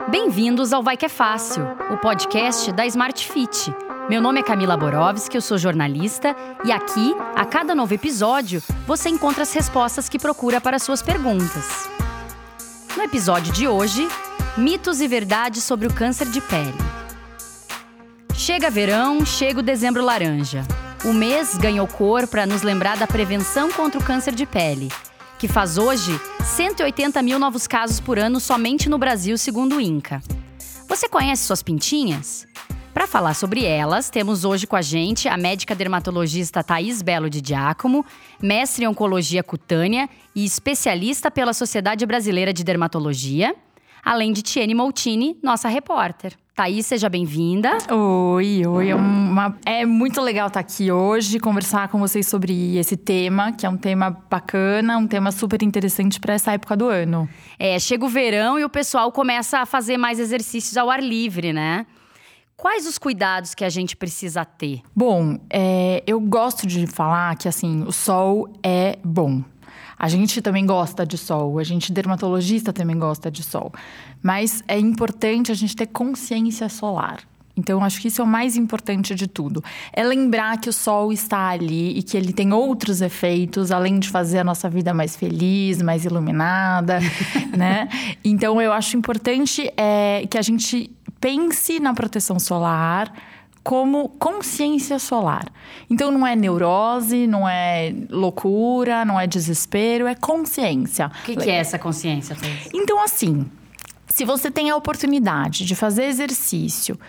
Bem-vindos ao Vai Que É Fácil, o podcast da Smart Fit. Meu nome é Camila Borowski, eu sou jornalista e aqui, a cada novo episódio, você encontra as respostas que procura para suas perguntas. No episódio de hoje, mitos e verdades sobre o câncer de pele. Chega verão, chega o dezembro laranja. O mês ganhou cor para nos lembrar da prevenção contra o câncer de pele, que faz hoje 180 mil novos casos por ano somente no Brasil, segundo o INCA. Você conhece suas pintinhas? Para falar sobre elas, temos hoje com a gente a médica dermatologista Thaís Belo de Giacomo, mestre em oncologia cutânea e especialista pela Sociedade Brasileira de Dermatologia, além de Tiene Moutini, nossa repórter. Thaís, seja bem-vinda. Oi. É muito legal estar aqui hoje, conversar com vocês sobre esse tema, que é um tema bacana, um tema super interessante para essa época do ano. Chega o verão e o pessoal começa a fazer mais exercícios ao ar livre, né? Quais os cuidados que a gente precisa ter? Bom, eu gosto de falar que, assim, o sol é bom. A gente também gosta de sol, a gente dermatologista também gosta de sol. Mas é importante a gente ter consciência solar. Então, acho que isso é o mais importante de tudo. É lembrar que o sol está ali e que ele tem outros efeitos, além de fazer a nossa vida mais feliz, mais iluminada, né? Então, eu acho importante que a gente pense na proteção solar como consciência solar. Então, não é neurose, não é loucura, não é desespero, é consciência. O que é essa consciência, Thaís? Então, assim, se você tem a oportunidade de fazer exercício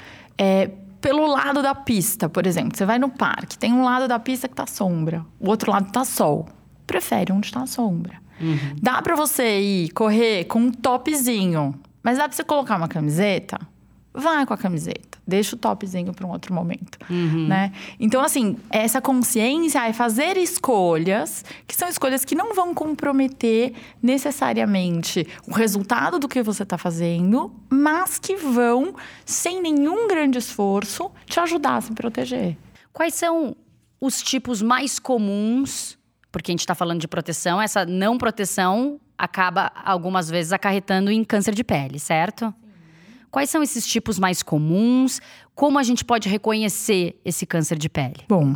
pelo lado da pista, por exemplo, você vai no parque, tem um lado da pista que tá sombra, o outro lado tá sol. Prefere onde tá a sombra. Uhum. Dá pra você ir correr com um topzinho, mas dá pra você colocar uma camiseta? Vai com a camiseta, deixa o topzinho para um outro momento, né? Então, assim, essa consciência é fazer escolhas, que são escolhas que não vão comprometer necessariamente o resultado do que você está fazendo, mas que vão, sem nenhum grande esforço, te ajudar a se proteger. Quais são os tipos mais comuns? Porque a gente está falando de proteção, essa não proteção acaba, algumas vezes, acarretando em câncer de pele, certo? Quais são esses tipos mais comuns? Como a gente pode reconhecer esse câncer de pele? Bom,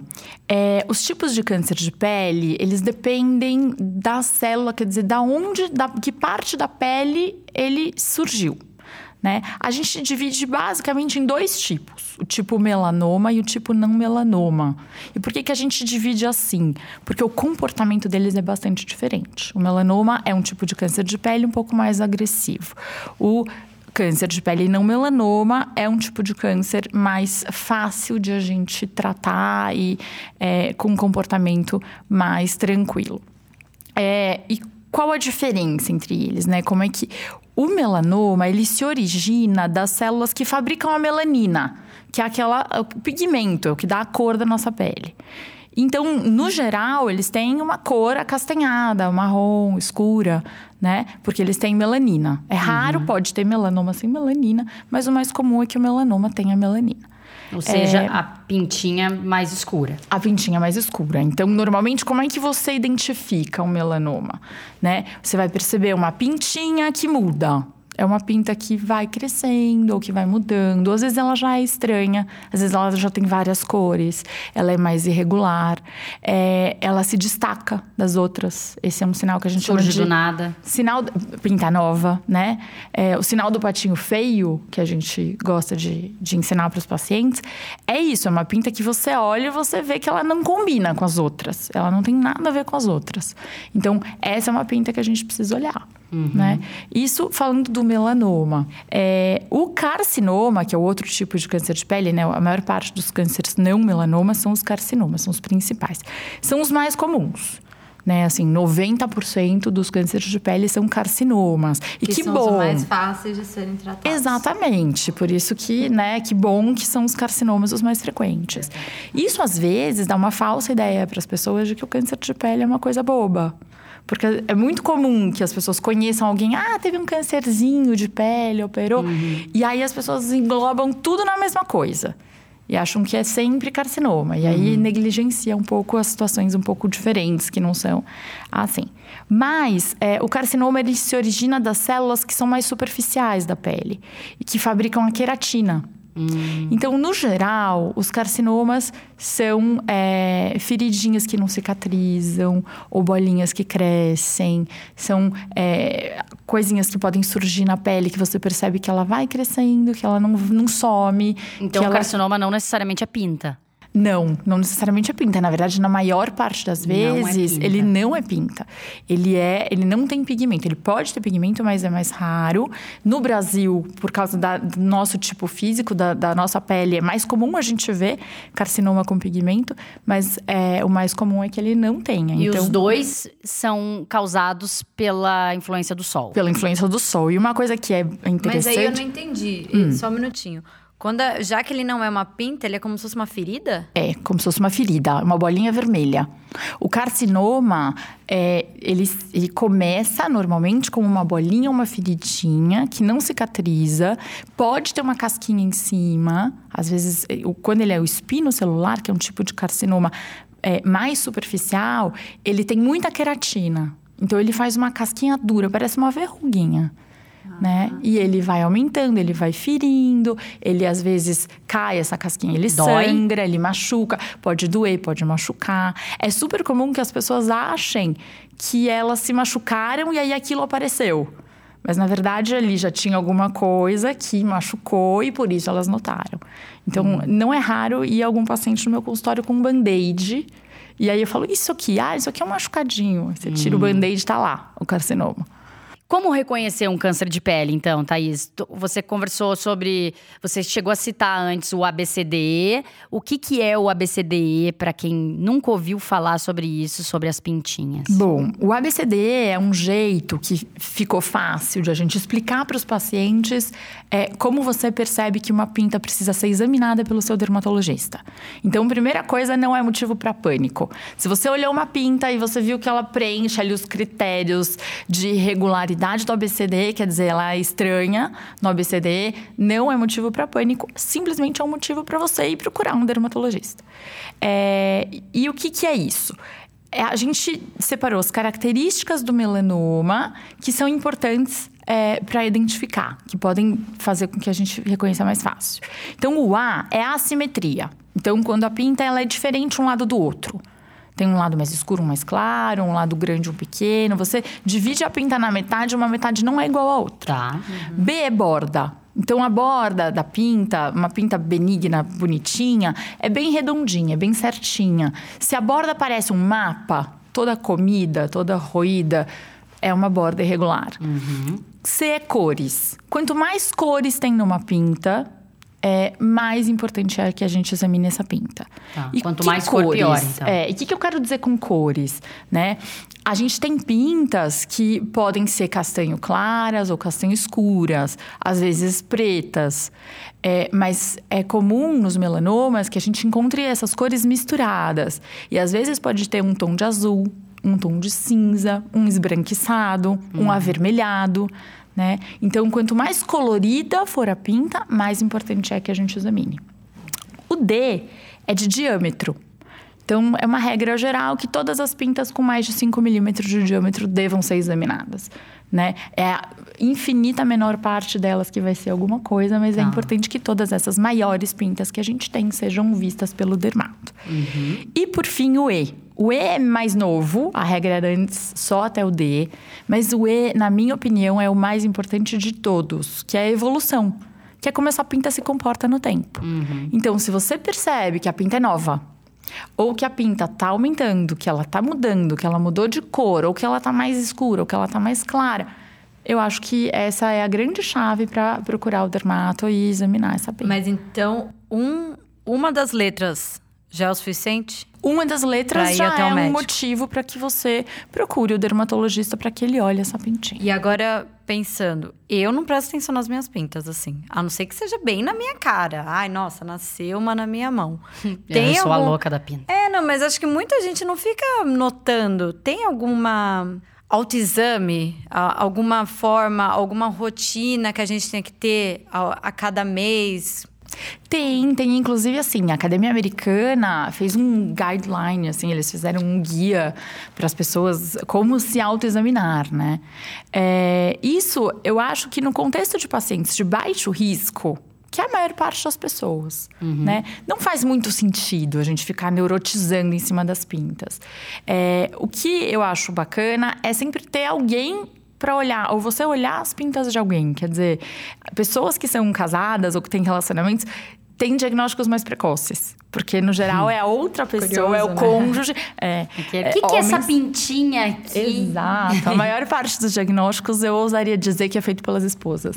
os tipos de câncer de pele, eles dependem da célula, quer dizer, que parte da pele ele surgiu, né? A gente divide basicamente em dois tipos, o tipo melanoma e o tipo não melanoma. E por que a gente divide assim? Porque o comportamento deles é bastante diferente. O melanoma é um tipo de câncer de pele um pouco mais agressivo. O câncer de pele não melanoma é um tipo de câncer mais fácil de a gente tratar e com um comportamento mais tranquilo. E qual a diferença entre eles, né? Como é que o melanoma, ele se origina das células que fabricam a melanina, que é o pigmento, é o que dá a cor da nossa pele. Então, no geral, eles têm uma cor acastanhada, marrom, escura, né? Porque eles têm melanina. É raro, pode ter melanoma sem melanina, mas o mais comum é que o melanoma tenha melanina. Ou seja, a pintinha mais escura. A pintinha mais escura. Então, normalmente, como é que você identifica um melanoma, né? Você vai perceber uma pintinha que muda. É uma pinta que vai crescendo ou que vai mudando. Às vezes ela já é estranha, às vezes ela já tem várias cores, ela é mais irregular, ela se destaca das outras. Esse é um sinal que a gente chama de... Surge do nada. Pinta nova, né? O sinal do patinho feio, que a gente gosta de ensinar para os pacientes, é isso, é uma pinta que você olha e você vê que ela não combina com as outras. Ela não tem nada a ver com as outras. Então, essa é uma pinta que a gente precisa olhar. Né? Isso falando do melanoma. O carcinoma, que é o outro tipo de câncer de pele, né? A maior parte dos cânceres não melanoma são os carcinomas, são os principais. São os mais comuns. Né, assim, 90% dos cânceres de pele são carcinomas. E que são bom. Os mais fáceis de serem tratados. Exatamente. Por isso que, né, que bom que são os carcinomas os mais frequentes. Isso, às vezes, dá uma falsa ideia para as pessoas de que o câncer de pele é uma coisa boba. Porque é muito comum que as pessoas conheçam alguém, teve um câncerzinho de pele, operou. E aí as pessoas englobam tudo na mesma coisa. E acham que é sempre carcinoma. E aí negligencia um pouco as situações um pouco diferentes, que não são assim. Mas o carcinoma, ele se origina das células que são mais superficiais da pele. E que fabricam a queratina. Então, no geral, os carcinomas são feridinhas que não cicatrizam, ou bolinhas que crescem, são coisinhas que podem surgir na pele, que você percebe que ela vai crescendo, que ela não some. Então, o carcinoma não necessariamente é pinta. Não necessariamente é pinta. Na verdade, na maior parte das vezes, ele não é pinta. Ele não tem pigmento. Ele pode ter pigmento, mas é mais raro. No Brasil, por causa do nosso tipo físico, da nossa pele, é mais comum a gente ver carcinoma com pigmento. Mas o mais comum é que ele não tenha. E os dois são causados pela influência do sol. Pela influência do sol. E uma coisa que é interessante... Mas aí eu não entendi. Só um minutinho. Já que ele não é uma pinta, ele é como se fosse uma ferida? É, como se fosse uma ferida, uma bolinha vermelha. O carcinoma, ele começa normalmente como uma bolinha, uma feridinha, que não cicatriza. Pode ter uma casquinha em cima. Às vezes, quando ele é o espinocelular, que é um tipo de carcinoma mais superficial, ele tem muita queratina. Então, ele faz uma casquinha dura, parece uma verruguinha. Né? E ele vai aumentando, ele vai ferindo, ele às vezes cai essa casquinha, ele sangra, ele machuca, pode doer, pode machucar. É super comum que as pessoas achem que elas se machucaram e aí aquilo apareceu. Mas na verdade ali já tinha alguma coisa que machucou e por isso elas notaram. Então não é raro ir algum paciente no meu consultório com um band-aid. E aí eu falo, isso aqui é um machucadinho. Você tira o band-aid e tá lá, o carcinoma. Como reconhecer um câncer de pele, então, Thaís? Você conversou sobre... Você chegou a citar antes o ABCDE. O que é o ABCDE, para quem nunca ouviu falar sobre isso, sobre as pintinhas? Bom, o ABCDE é um jeito que ficou fácil de a gente explicar para os pacientes como você percebe que uma pinta precisa ser examinada pelo seu dermatologista. Então, primeira coisa, não é motivo para pânico. Se você olhou uma pinta e você viu que ela preenche ali os critérios de regularidade do ABCDE, quer dizer, ela é estranha no ABCDE, não é motivo para pânico, simplesmente é um motivo para você ir procurar um dermatologista. E o que é isso? A gente separou as características do melanoma que são importantes para identificar, que podem fazer com que a gente reconheça mais fácil. Então, o A é a assimetria. Então, quando a pinta ela é diferente um lado do outro. Tem um lado mais escuro, um mais claro, um lado grande, um pequeno. Você divide a pinta na metade, uma metade não é igual à outra. Tá. B é borda. Então, a borda da pinta, uma pinta benigna, bonitinha, é bem redondinha, é bem certinha. Se a borda parece um mapa, toda comida, toda roída, é uma borda irregular. C é cores. Quanto mais cores tem numa pinta... mais importante é que a gente examine essa pinta. Tá. E quanto mais cor, pior, então. E o que eu quero dizer com cores, né? A gente tem pintas que podem ser castanho claras ou castanho escuras, às vezes pretas. Mas é comum nos melanomas que a gente encontre essas cores misturadas. E às vezes pode ter um tom de azul, um tom de cinza, um esbranquiçado, um avermelhado. Né? Então, quanto mais colorida for a pinta, mais importante é que a gente examine. O D é de diâmetro. Então, é uma regra geral que todas as pintas com mais de 5 milímetros de diâmetro devam ser examinadas. Né? É a infinita menor parte delas que vai ser alguma coisa, mas é importante que todas essas maiores pintas que a gente tem sejam vistas pelo dermato. E, por fim, o E. O E é mais novo, a regra era antes só até o D. Mas o E, na minha opinião, é o mais importante de todos, que é a evolução. Que é como essa pinta se comporta no tempo. Então, se você percebe que a pinta é nova, ou que a pinta tá aumentando, que ela tá mudando, que ela mudou de cor, ou que ela tá mais escura, ou que ela tá mais clara, eu acho que essa é a grande chave para procurar o dermato e examinar essa pinta. Mas então, uma das letras já é o suficiente? Uma das letras já é um motivo para que você procure o dermatologista para que ele olhe essa pintinha. E agora, pensando, eu não presto atenção nas minhas pintas, assim. A não ser que seja bem na minha cara. Ai, nossa, nasceu uma na minha mão. Eu sou a louca da pinta. Não, mas acho que muita gente não fica notando. Tem alguma autoexame, alguma forma, alguma rotina que a gente tem que ter a cada mês? Tem. Inclusive, assim, a Academia Americana fez um guideline, assim, eles fizeram um guia para as pessoas como se autoexaminar, né? Isso, eu acho que no contexto de pacientes de baixo risco, que é a maior parte das pessoas, né? Não faz muito sentido a gente ficar neurotizando em cima das pintas. O que eu acho bacana é sempre ter alguém para olhar, ou você olhar as pintas de alguém. Quer dizer, pessoas que são casadas ou que têm relacionamentos têm diagnósticos mais precoces. Porque, no geral, é a outra pessoa, curioso, é o cônjuge. O que é essa pintinha aqui? Exato. A maior parte dos diagnósticos, eu ousaria dizer que é feito pelas esposas.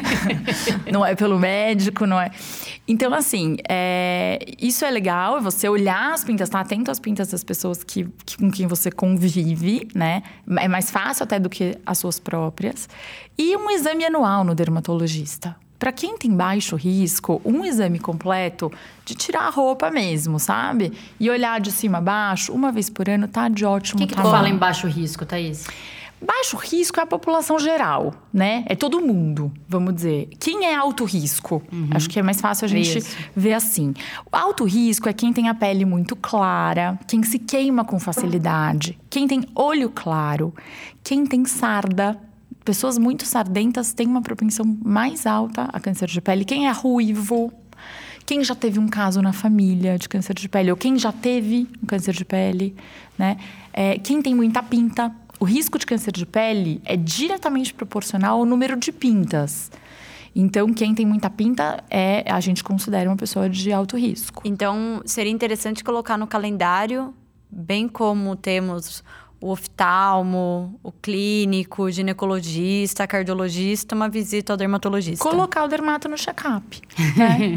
Não é pelo médico, não é... Então, assim, isso é legal. É você olhar as pintas, estar atento às pintas das pessoas com quem você convive, né? É mais fácil até do que as suas próprias. E um exame anual no dermatologista. Para quem tem baixo risco, um exame completo de tirar a roupa mesmo, sabe? E olhar de cima a baixo, uma vez por ano, tá de ótimo tamanho. O que tu fala em baixo risco, Thaís? Baixo risco é a população geral, né? É todo mundo, vamos dizer. Quem é alto risco? Acho que é mais fácil a gente ver assim. O alto risco é quem tem a pele muito clara, quem se queima com facilidade, quem tem olho claro, quem tem sarda. Pessoas muito sardentas têm uma propensão mais alta a câncer de pele. Quem é ruivo, quem já teve um caso na família de câncer de pele, ou quem já teve um câncer de pele, né? Quem tem muita pinta. O risco de câncer de pele é diretamente proporcional ao número de pintas. Então, quem tem muita pinta, a gente considera uma pessoa de alto risco. Então, seria interessante colocar no calendário, bem como temos o oftalmo, o clínico, o ginecologista, cardiologista, uma visita ao dermatologista. Colocar o dermato no check-up, né?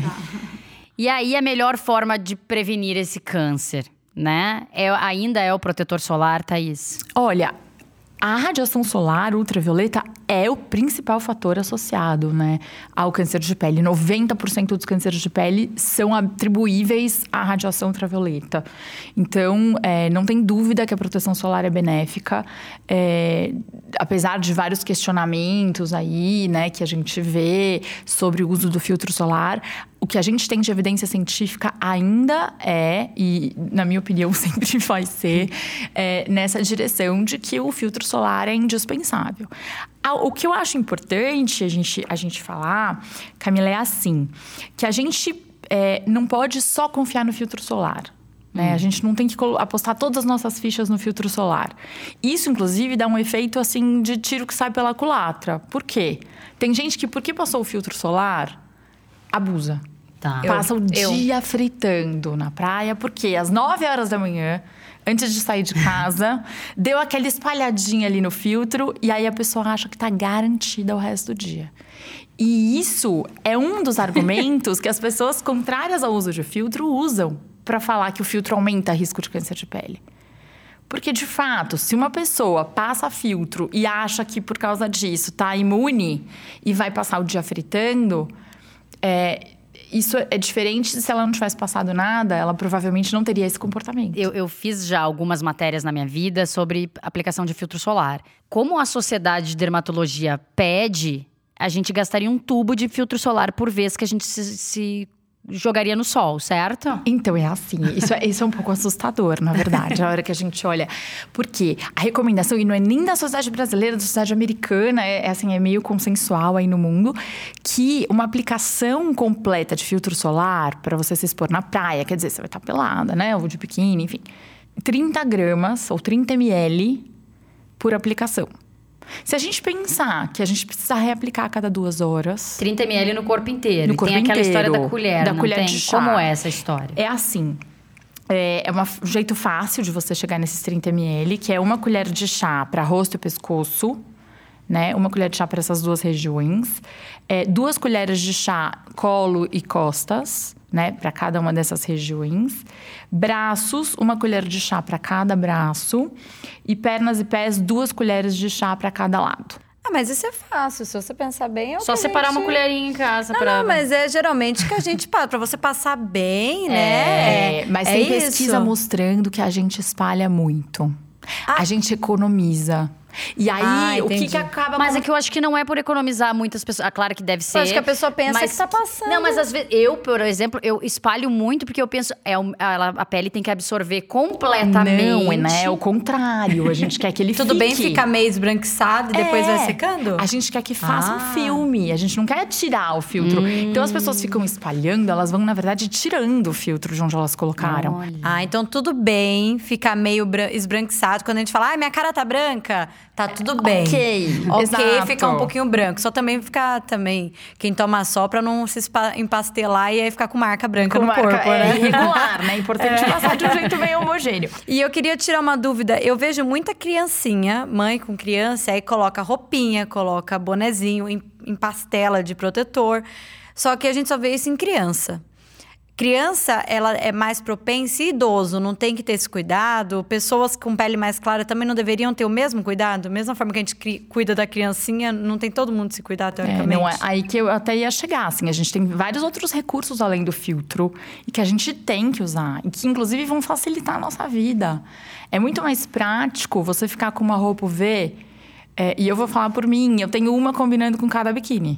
E aí, a melhor forma de prevenir esse câncer, né? Ainda é o protetor solar, Thaís? Olha, a radiação solar ultravioleta é o principal fator associado, né, ao câncer de pele. 90% dos cânceres de pele são atribuíveis à radiação ultravioleta. Então, não tem dúvida que a proteção solar é benéfica. Apesar de vários questionamentos aí, né, que a gente vê sobre o uso do filtro solar, o que a gente tem de evidência científica ainda e na minha opinião sempre vai ser, nessa direção de que o filtro solar é indispensável. O que eu acho importante a gente falar, Camila, é assim, que a gente não pode só confiar no filtro solar. Né? A gente não tem que apostar todas as nossas fichas no filtro solar. Isso, inclusive, dá um efeito assim de tiro que sai pela culatra. Por quê? Tem gente que, porque passou o filtro solar, abusa. Tá. Passa o dia fritando na praia, porque às 9 horas da manhã, antes de sair de casa, deu aquela espalhadinha ali no filtro e aí a pessoa acha que tá garantida o resto do dia. E isso é um dos argumentos que as pessoas contrárias ao uso de filtro usam para falar que o filtro aumenta o risco de câncer de pele. Porque, de fato, se uma pessoa passa filtro e acha que por causa disso tá imune e vai passar o dia fritando, isso é diferente se ela não tivesse passado nada, ela provavelmente não teria esse comportamento. Eu fiz já algumas matérias na minha vida sobre aplicação de filtro solar. Como a Sociedade de Dermatologia pede, a gente gastaria um tubo de filtro solar por vez que a gente se jogaria no sol, certo? Então, é assim. Isso é um pouco assustador, na verdade, a hora que a gente olha. Porque a recomendação, e não é nem da sociedade brasileira, da sociedade americana, é meio consensual aí no mundo, que uma aplicação completa de filtro solar, para você se expor na praia, quer dizer, você vai estar pelada, né? Ou de biquíni, enfim. 30 gramas ou 30 ml por aplicação. Se a gente pensar que a gente precisa reaplicar a cada 2 horas... 30 ml no corpo inteiro. No corpo tem aquela inteiro, história da colher, da não colher tem? de chá. Como é essa história? É assim, um jeito fácil de você chegar nesses 30 ml, que é 1 colher de chá para rosto e pescoço, né? 1 colher de chá para essas 2 regiões. 2 colheres de chá colo e costas, né? Para cada uma dessas regiões. Braços, 1 colher de chá para cada braço. E pernas e pés, 2 colheres de chá para cada lado. Mas isso é fácil, se você pensar bem. Só separar uma colherinha em casa. Não, mas é geralmente que a gente para pra você passar bem, né? Mas tem pesquisa mostrando que a gente espalha muito. A gente economiza. E aí, o que acaba... Mas é que eu acho que não é por economizar muitas pessoas. Claro que deve ser. Eu acho que a pessoa pensa que tá passando. Não, mas às vezes, por exemplo, eu espalho muito porque eu penso, a pele tem que absorver completamente. Não, né? É o contrário. A gente quer que ele fique. Tudo bem ficar meio esbranquiçado e depois vai secando? A gente quer que faça um filme. A gente não quer tirar o filtro. Então, as pessoas ficam espalhando, elas vão, na verdade, tirando o filtro de onde elas colocaram. Olha. Então tudo bem ficar meio esbranquiçado. Quando a gente fala, minha cara tá branca, tá tudo bem. Ok, exato. Ficar um pouquinho branco. Só também ficar quem toma sol pra não se empastelar e aí ficar com marca branca no corpo, né? É irregular, né? É importante passar de um jeito meio homogêneo. E eu queria tirar uma dúvida. Eu vejo muita criancinha, mãe com criança, aí coloca roupinha, coloca bonezinho, empastela de protetor. Só que a gente só vê isso em criança. Criança, ela é mais propensa e idoso não tem que ter esse cuidado. Pessoas com pele mais clara também não deveriam ter o mesmo cuidado? Da mesma forma que a gente cuida da criancinha, não tem todo mundo se cuidar, teoricamente? Não é aí que eu até ia chegar, assim. A gente tem vários outros recursos além do filtro e que a gente tem que usar. E que, inclusive, vão facilitar a nossa vida. É muito mais prático você ficar com uma roupa UV... e eu vou falar por mim, eu tenho uma combinando com cada biquíni.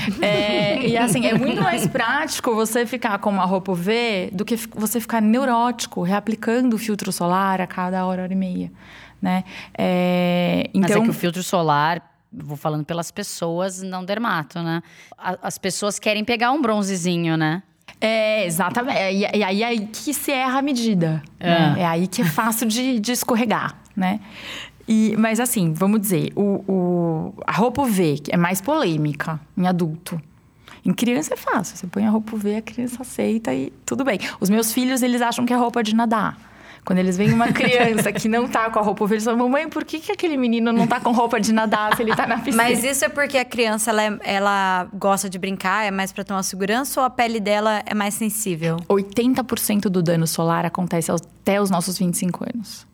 E assim, é muito mais prático você ficar com uma roupa UV do que você ficar neurótico, reaplicando o filtro solar a cada hora e meia, né? Mas é que o filtro solar, vou falando pelas pessoas, não dermato, né? As pessoas querem pegar um bronzezinho, né? Exatamente. E aí é aí que se erra a medida. Né? É aí que é fácil de escorregar, né? Mas assim, vamos dizer, a roupa UV é mais polêmica em adulto. Em criança é fácil, você põe a roupa UV, a criança aceita e tudo bem. Os meus filhos, eles acham que é roupa de nadar. Quando eles veem uma criança que não tá com a roupa UV, eles falam, mamãe, por que aquele menino não tá com roupa de nadar se ele tá na piscina? Mas isso é porque a criança, ela gosta de brincar, é mais pra ter uma segurança ou a pele dela é mais sensível? 80% do dano solar acontece até os nossos 25 anos.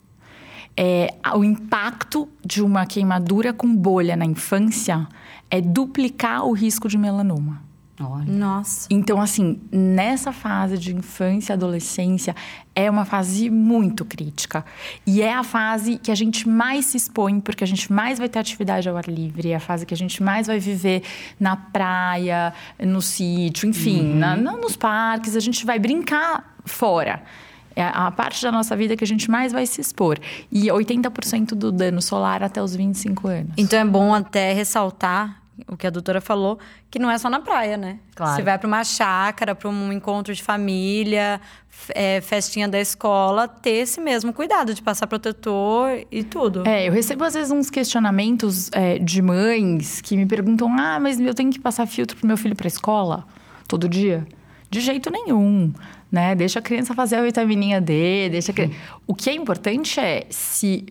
O impacto de uma queimadura com bolha na infância é duplicar o risco de melanoma. Olha. Nossa. Então, assim, nessa fase de infância e adolescência, é uma fase muito crítica. E é a fase que a gente mais se expõe, porque a gente mais vai ter atividade ao ar livre. É a fase que a gente mais vai viver na praia, no sítio, enfim, nos parques. A gente vai brincar fora. É a parte da nossa vida que a gente mais vai se expor. E 80% do dano solar até os 25 anos. Então é bom até ressaltar o que a doutora falou, que não é só na praia, né? Claro. Você vai para uma chácara, para um encontro de família, festinha da escola, ter esse mesmo cuidado de passar protetor e tudo. Eu recebo às vezes uns questionamentos de mães que me perguntam: mas eu tenho que passar filtro pro meu filho para a escola todo dia? De jeito nenhum, né? Deixa a criança fazer a vitamininha D, O que é importante é se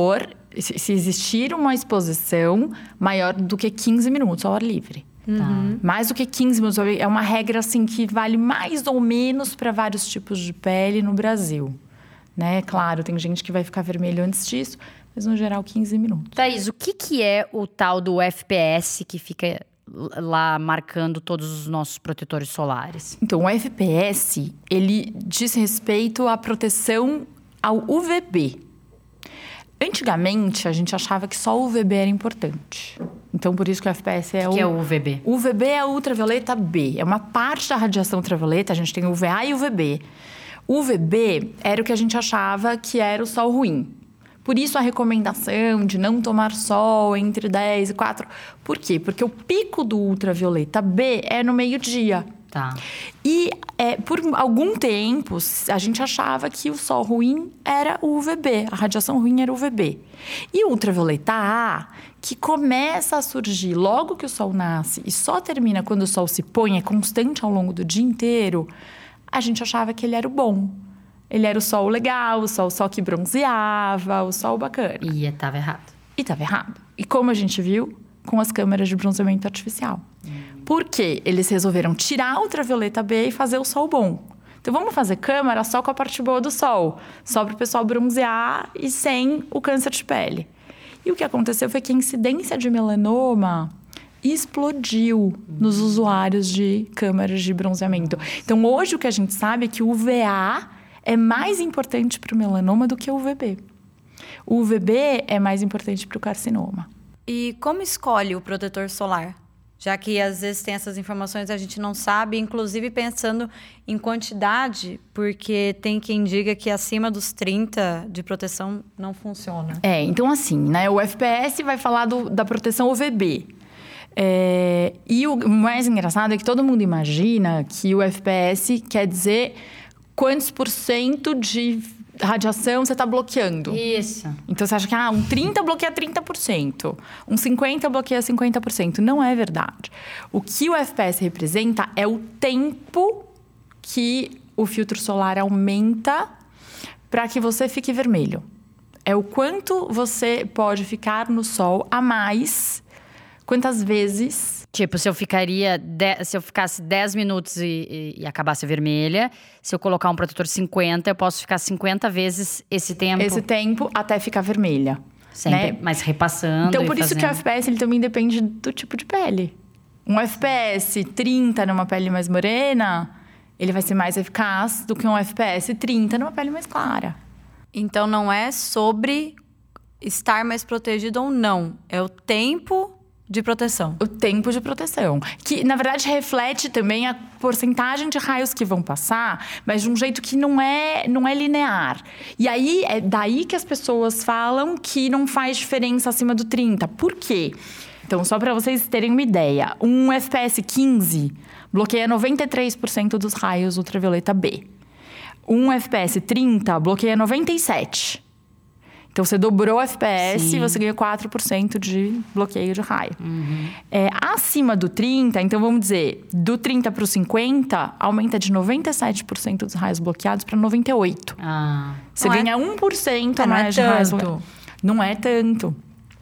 existir uma exposição maior do que 15 minutos ao ar livre. Mais do que 15 minutos ao ar livre. É uma regra assim que vale mais ou menos para vários tipos de pele no Brasil. Né? Claro, tem gente que vai ficar vermelho antes disso, mas no geral 15 minutos. Thaís, o que é o tal do FPS que fica lá marcando todos os nossos protetores solares? Então, o FPS, ele diz respeito à proteção ao UVB. Antigamente, a gente achava que só o UVB era importante. Então, por isso que o FPS é O que é o UVB? O UVB é a ultravioleta B. É uma parte da radiação ultravioleta. A gente tem o UVA e o UVB. O UVB era o que a gente achava que era o sol ruim. Por isso a recomendação de não tomar sol entre 10 e 4. Por quê? Porque o pico do ultravioleta B é no meio-dia. Tá. E por algum tempo, a gente achava que o sol ruim era o UVB. A radiação ruim era o UVB. E o ultravioleta A, que começa a surgir logo que o sol nasce e só termina quando o sol se põe, é constante ao longo do dia inteiro, a gente achava que ele era o bom. Ele era o sol legal, o sol só que bronzeava, o sol bacana. E estava errado. E estava errado. E como a gente viu, com as câmeras de bronzeamento artificial. Por quê? Eles resolveram tirar a ultravioleta B e fazer o sol bom. Então, vamos fazer câmera só com a parte boa do sol. Só para o pessoal bronzear e sem o câncer de pele. E o que aconteceu foi que a incidência de melanoma explodiu nos usuários de câmeras de bronzeamento. Então, hoje o que a gente sabe é que o UVA é mais importante para o melanoma do que o UVB. O UVB é mais importante para o carcinoma. E como escolhe o protetor solar? Já que às vezes tem essas informações a gente não sabe, inclusive pensando em quantidade, porque tem quem diga que acima dos 30 de proteção não funciona. Então assim, né? O FPS vai falar da proteção UVB. E o mais engraçado é que todo mundo imagina que o FPS quer dizer quantos % de radiação você está bloqueando. Isso. Então, você acha que um 30 bloqueia 30%, um 50 bloqueia 50%. Não é verdade. O que o FPS representa é o tempo que o filtro solar aumenta para que você fique vermelho. É o quanto você pode ficar no sol a mais, quantas vezes... Tipo, se eu ficasse 10 minutos e acabasse vermelha, se eu colocar um protetor 50, eu posso ficar 50 vezes esse tempo? Esse tempo até ficar vermelha. Sempre, né? Mas repassando. Então, por isso que o FPS ele também depende do tipo de pele. Um FPS 30 numa pele mais morena, ele vai ser mais eficaz do que um FPS 30 numa pele mais clara. Então, não é sobre estar mais protegido ou não. É o tempo de proteção. O tempo de proteção. Que, na verdade, reflete também a porcentagem de raios que vão passar, mas de um jeito que não é linear. E aí, é daí que as pessoas falam que não faz diferença acima do 30. Por quê? Então, só para vocês terem uma ideia, um FPS 15 bloqueia 93% dos raios ultravioleta B. Um FPS 30 bloqueia 97%. Então, você dobrou o FPS e você ganha 4% de bloqueio de raio. Uhum. Acima do 30, então vamos dizer, do 30 para o 50, aumenta de 97% dos raios bloqueados para 98%. Você ganha 1% a mais de raios bloqueados. Não é tanto.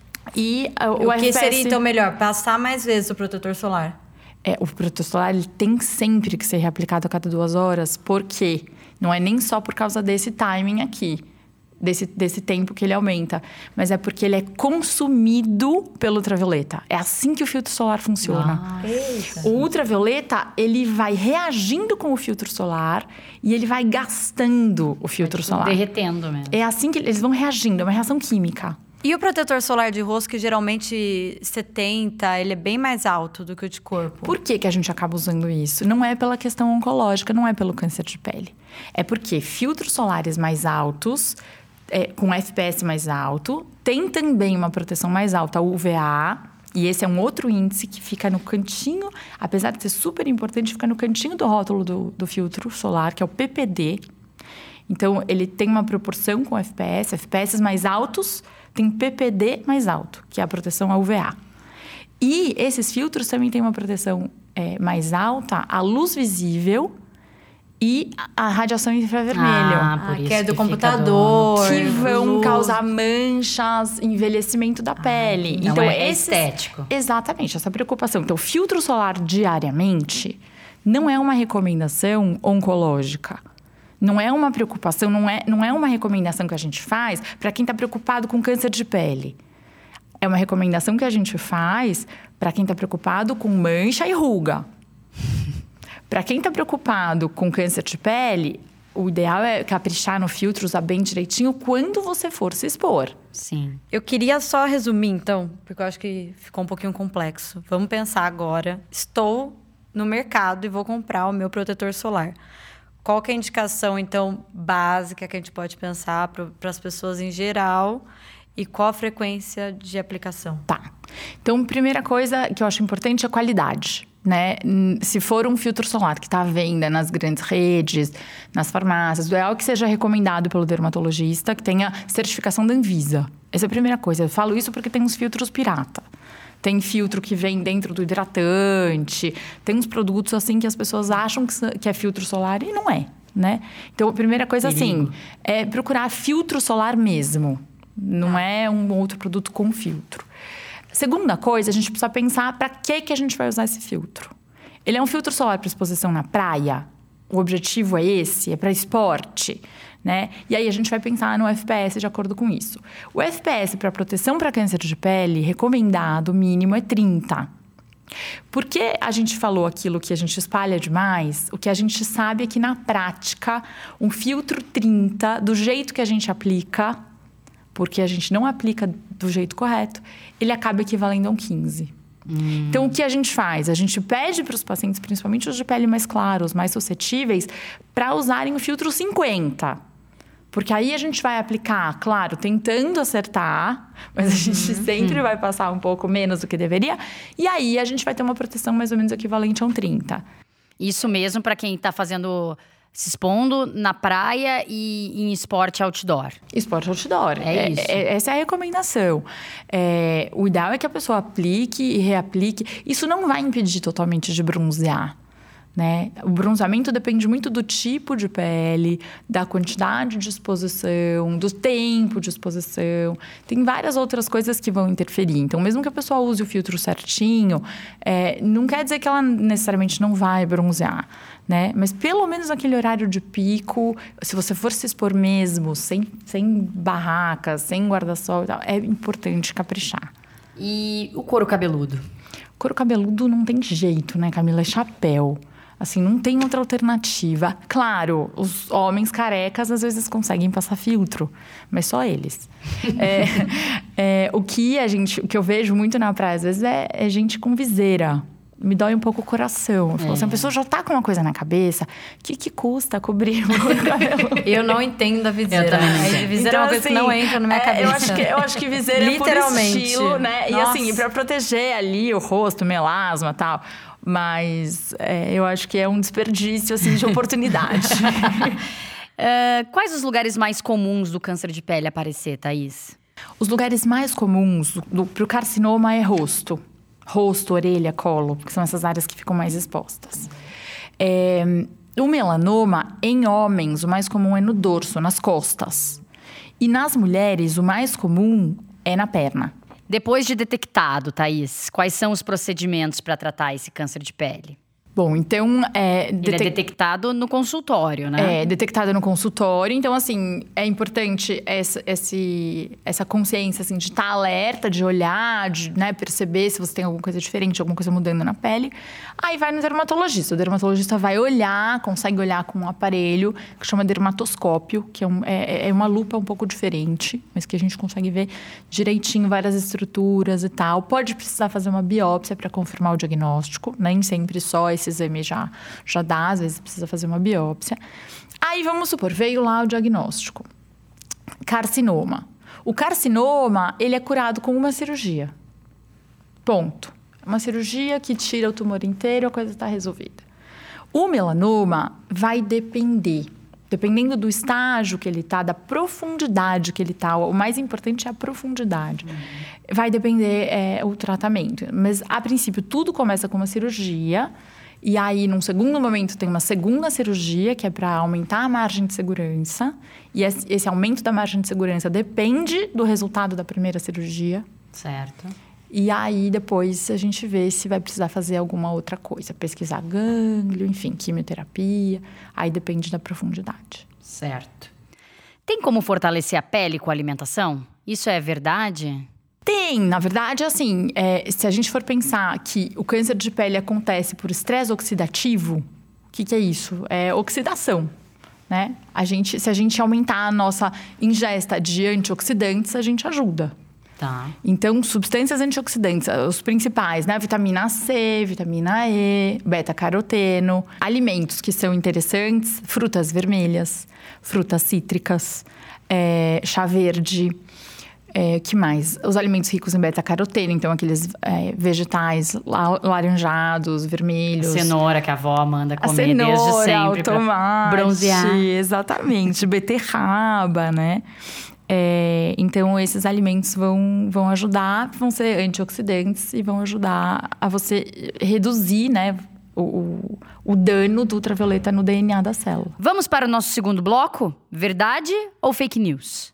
E o que seria, então, melhor? Passar mais vezes o protetor solar? O protetor solar ele tem sempre que ser reaplicado a cada 2 horas. Por quê? Não é nem só por causa desse timing aqui. Desse tempo que ele aumenta. Mas é porque ele é consumido pelo ultravioleta. É assim que o filtro solar funciona. O ultravioleta, ele vai reagindo com o filtro solar e ele vai gastando o filtro solar. Derretendo mesmo. É assim que eles vão reagindo, é uma reação química. E o protetor solar de rosto, que geralmente 70, ele é bem mais alto do que o de corpo? Por que a gente acaba usando isso? Não é pela questão oncológica, não é pelo câncer de pele. É porque filtros solares mais altos... com FPS mais alto, tem também uma proteção mais alta, a UVA, e esse é um outro índice que fica no cantinho, apesar de ser super importante, fica no cantinho do rótulo do filtro solar, que é o PPD. Então, ele tem uma proporção com FPS mais altos, tem PPD mais alto, que é a proteção à UVA. E esses filtros também têm uma proteção mais alta à luz visível, e a radiação infravermelho. Por isso que é do computador. Que vão causar manchas, envelhecimento da pele. Então é estético. Exatamente, essa preocupação. Então, filtro solar diariamente não é uma recomendação oncológica. Não é uma preocupação, não é uma recomendação que a gente faz para quem está preocupado com câncer de pele. É uma recomendação que a gente faz para quem está preocupado com mancha e ruga. Para quem está preocupado com câncer de pele, o ideal é caprichar no filtro, usar bem direitinho quando você for se expor. Sim. Eu queria só resumir, então, porque eu acho que ficou um pouquinho complexo. Vamos pensar agora. Estou no mercado e vou comprar o meu protetor solar. Qual que é a indicação, então, básica que a gente pode pensar para as pessoas em geral? E qual a frequência de aplicação? Tá. Então, primeira coisa que eu acho importante é a qualidade. Né? Se for um filtro solar que está à venda nas grandes redes, nas farmácias, o ideal é que seja recomendado pelo dermatologista, que tenha certificação da Anvisa. Essa é a primeira coisa. Eu falo isso porque tem uns filtros pirata. Tem filtro que vem dentro do hidratante, tem uns produtos assim que as pessoas acham que é filtro solar e não é, né? Então, a primeira coisa, assim, é procurar filtro solar mesmo. Não é um outro produto com filtro. Segunda coisa, a gente precisa pensar para que a gente vai usar esse filtro. Ele é um filtro solar para exposição na praia? O objetivo é esse? É para esporte? Né? E aí a gente vai pensar no FPS de acordo com isso. O FPS para proteção para câncer de pele, recomendado, mínimo é 30. Por que a gente falou aquilo que a gente espalha demais? O que a gente sabe é que, na prática, um filtro 30, do jeito que a gente aplica... porque a gente não aplica do jeito correto, ele acaba equivalendo a um 15. Então, o que a gente faz? A gente pede para os pacientes, principalmente os de pele mais clara, os mais suscetíveis, para usarem o filtro 50. Porque aí a gente vai aplicar, claro, tentando acertar, mas a gente sempre vai passar um pouco menos do que deveria. E aí a gente vai ter uma proteção mais ou menos equivalente a um 30. Isso mesmo para quem está se expondo na praia e em esporte outdoor. Esporte outdoor. Isso. Essa é a recomendação. O ideal é que a pessoa aplique e reaplique. Isso não vai impedir totalmente de bronzear, né? O bronzeamento depende muito do tipo de pele, da quantidade de exposição, do tempo de exposição. Tem várias outras coisas que vão interferir. Então, mesmo que a pessoa use o filtro certinho, não quer dizer que ela necessariamente não vai bronzear, né? Mas pelo menos naquele horário de pico, se você for se expor mesmo, sem barracas, sem guarda-sol e tal, é importante caprichar. E o couro cabeludo? O couro cabeludo não tem jeito, né, Camila? É chapéu. Assim, não tem outra alternativa. Claro, os homens carecas às vezes conseguem passar filtro, mas só eles. O que eu vejo muito na praia, às vezes, é gente com viseira. Me dói um pouco o coração. Eu falo assim, a pessoa já tá com uma coisa na cabeça, o que custa cobrir o cabelo? Eu não entendo a viseira. Eu também não entendo. Viseira então, é uma coisa que não entra na minha cabeça. Eu acho que viseira é por estilo, né? Nossa. E assim, pra proteger ali o rosto, melasma e tal. Mas eu acho que é um desperdício, assim, de oportunidade. Quais os lugares mais comuns do câncer de pele aparecer, Thaís? Os lugares mais comuns pro carcinoma é rosto. Rosto, orelha, colo, que são essas áreas que ficam mais expostas. O melanoma, em homens, o mais comum é no dorso, nas costas. E nas mulheres, o mais comum é na perna. Depois de detectado, Thaís, quais são os procedimentos para tratar esse câncer de pele? Bom, então… Ele é detectado no consultório, né? É, detectado no consultório. Então, assim, é importante essa consciência, assim, de estar alerta, de olhar, de, né, perceber se você tem alguma coisa diferente, alguma coisa mudando na pele. Aí vai no dermatologista. O dermatologista vai olhar, consegue olhar com um aparelho que chama dermatoscópio, que é uma lupa um pouco diferente, mas que a gente consegue ver direitinho várias estruturas e tal. Pode precisar fazer uma biópsia para confirmar o diagnóstico, nem sempre só esse exame já dá, às vezes precisa fazer uma biópsia. Aí, vamos supor, veio lá o diagnóstico. Carcinoma. O carcinoma, ele é curado com uma cirurgia. Ponto. Uma cirurgia que tira o tumor inteiro, a coisa está resolvida. O melanoma vai depender. Dependendo do estágio que ele está, da profundidade que ele está. O mais importante é a profundidade. Vai depender o tratamento. Mas, a princípio, tudo começa com uma cirurgia. E aí, num segundo momento, tem uma segunda cirurgia, que é para aumentar a margem de segurança. E esse aumento da margem de segurança depende do resultado da primeira cirurgia. Certo. E aí, depois, a gente vê se vai precisar fazer alguma outra coisa. Pesquisar gânglio, enfim, quimioterapia. Aí depende da profundidade. Certo. Tem como fortalecer a pele com a alimentação? Isso é verdade? Tem, na verdade, assim, se a gente for pensar que o câncer de pele acontece por estresse oxidativo, o que é isso? É oxidação, né? Se a gente aumentar a nossa ingesta de antioxidantes, a gente ajuda. Tá. Então, substâncias antioxidantes, os principais, né? Vitamina C, vitamina E, beta-caroteno. Alimentos que são interessantes, frutas vermelhas, frutas cítricas, chá verde… que mais? Os alimentos ricos em beta-caroteno, então aqueles vegetais laranjados, vermelhos. A cenoura que a avó manda comer desde sempre. O tomate, bronzear. Exatamente, beterraba, né? Então, esses alimentos vão ajudar, vão ser antioxidantes e vão ajudar a você reduzir, né, o dano do ultravioleta no DNA da célula. Vamos para o nosso segundo bloco? Verdade ou fake news?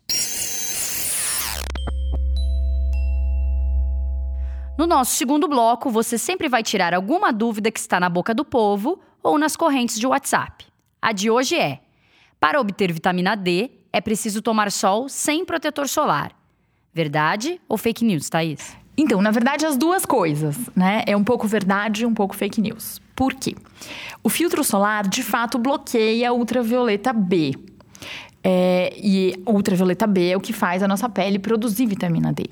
No nosso segundo bloco, você sempre vai tirar alguma dúvida que está na boca do povo ou nas correntes de WhatsApp. A de hoje é: para obter vitamina D, é preciso tomar sol sem protetor solar. Verdade ou fake news, Thaís? Então, na verdade, as duas coisas, né? É um pouco verdade e um pouco fake news. Por quê? O filtro solar, de fato, bloqueia a ultravioleta B. E ultravioleta B é o que faz a nossa pele produzir vitamina D.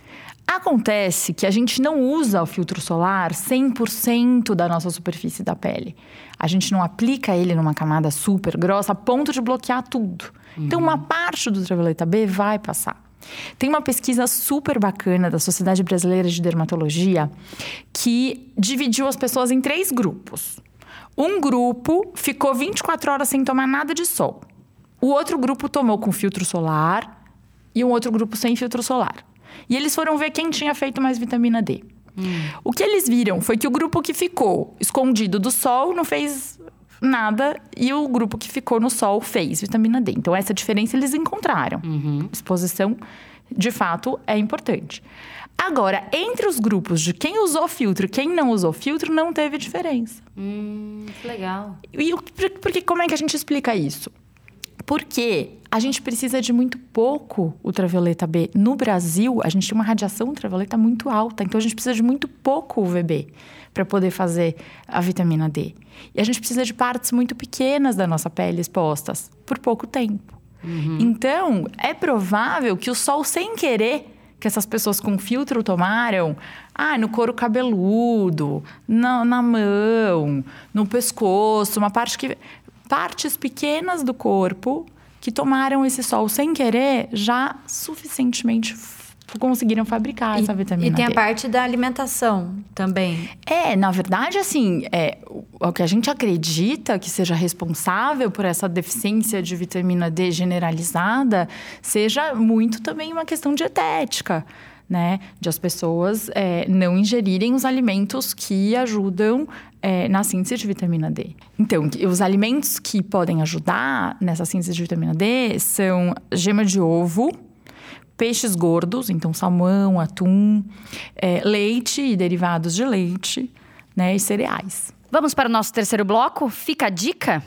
Acontece que a gente não usa o filtro solar 100% da nossa superfície da pele. A gente não aplica ele numa camada super grossa a ponto de bloquear tudo. Então, uma parte do ultravioleta B vai passar. Tem uma pesquisa super bacana da Sociedade Brasileira de Dermatologia que dividiu as pessoas em 3 grupos. Um grupo ficou 24 horas sem tomar nada de sol. O outro grupo tomou com filtro solar e um outro grupo sem filtro solar. E eles foram ver quem tinha feito mais vitamina D. O que eles viram foi que o grupo que ficou escondido do sol não fez nada e o grupo que ficou no sol fez vitamina D. Então, essa diferença eles encontraram. Exposição, de fato, é importante. Agora, entre os grupos de quem usou filtro e quem não usou filtro, não teve diferença. Que legal. E porque, como é que a gente explica isso? Porque a gente precisa de muito pouco ultravioleta B. No Brasil, a gente tem uma radiação ultravioleta muito alta. Então, a gente precisa de muito pouco UVB para poder fazer a vitamina D. E a gente precisa de partes muito pequenas da nossa pele expostas por pouco tempo. Então, é provável que o sol, sem querer, que essas pessoas com filtro tomaram, no couro cabeludo, na mão, no pescoço, partes pequenas do corpo que tomaram esse sol sem querer já suficientemente conseguiram fabricar essa vitamina D. E tem a parte da alimentação também. Na verdade, assim, o que a gente acredita que seja responsável por essa deficiência de vitamina D generalizada seja muito também uma questão dietética, né? De as pessoas não ingerirem os alimentos que ajudam na síntese de vitamina D. Então, os alimentos que podem ajudar nessa síntese de vitamina D são gema de ovo, peixes gordos, então salmão, atum, leite e derivados de leite, né? E cereais. Vamos para o nosso terceiro bloco? Fica a dica?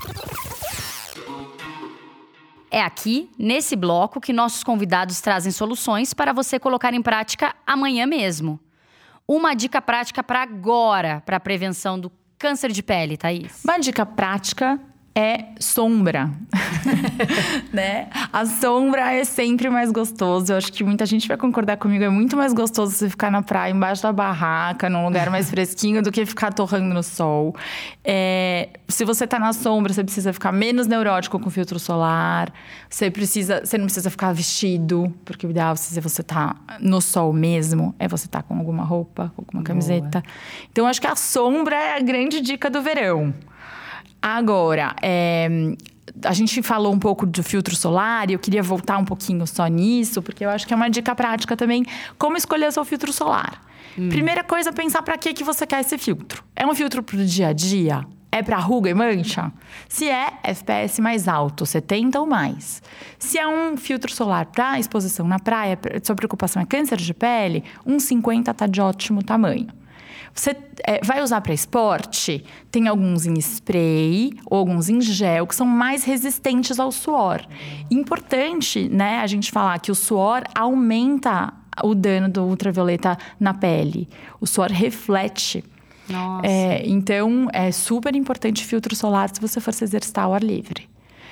É aqui, nesse bloco, que nossos convidados trazem soluções para você colocar em prática amanhã mesmo. Uma dica prática para agora, para a prevenção do câncer de pele, Thaís. Uma dica prática é sombra, né? A sombra é sempre mais gostoso. Eu acho que muita gente vai concordar comigo. É muito mais gostoso você ficar na praia, embaixo da barraca, num lugar mais fresquinho, do que ficar torrando no sol. Se você tá na sombra, você precisa ficar menos neurótico com filtro solar. Você não precisa ficar vestido, porque o ideal, se você tá no sol mesmo, é você tá com alguma roupa, alguma camiseta. Então, acho que a sombra é a grande dica do verão. Agora, a gente falou um pouco do filtro solar e eu queria voltar um pouquinho só nisso, porque eu acho que é uma dica prática também, como escolher o seu filtro solar. Primeira coisa, pensar para que você quer esse filtro. É um filtro pro dia a dia? É para ruga e mancha? Se é, FPS mais alto, 70 ou mais. Se é um filtro solar para exposição na praia, sua preocupação é câncer de pele, 1,50 tá de ótimo tamanho. Você vai usar para esporte, tem alguns em spray ou alguns em gel que são mais resistentes ao suor. Importante, né, a gente falar que o suor aumenta o dano do ultravioleta na pele. O suor reflete. Nossa. Então, é super importante filtro solar se você for se exercitar ao ar livre.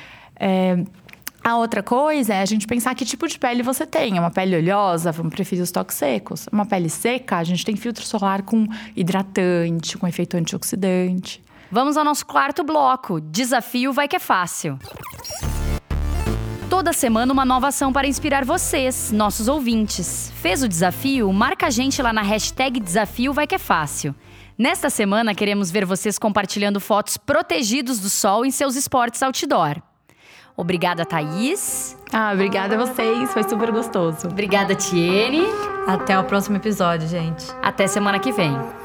A outra coisa é a gente pensar que tipo de pele você tem. É uma pele oleosa, vamos preferir os toques secos. Uma pele seca, a gente tem filtro solar com hidratante, com efeito antioxidante. Vamos ao nosso quarto bloco. Desafio vai que é fácil. Toda semana uma nova ação para inspirar vocês, nossos ouvintes. Fez o desafio? Marca a gente lá na hashtag Desafio vai que é fácil. Nesta semana queremos ver vocês compartilhando fotos protegidos do sol em seus esportes outdoor. Obrigada, Thaís. Obrigada a vocês, foi super gostoso. Obrigada, Tiene. Até o próximo episódio, gente. Até semana que vem.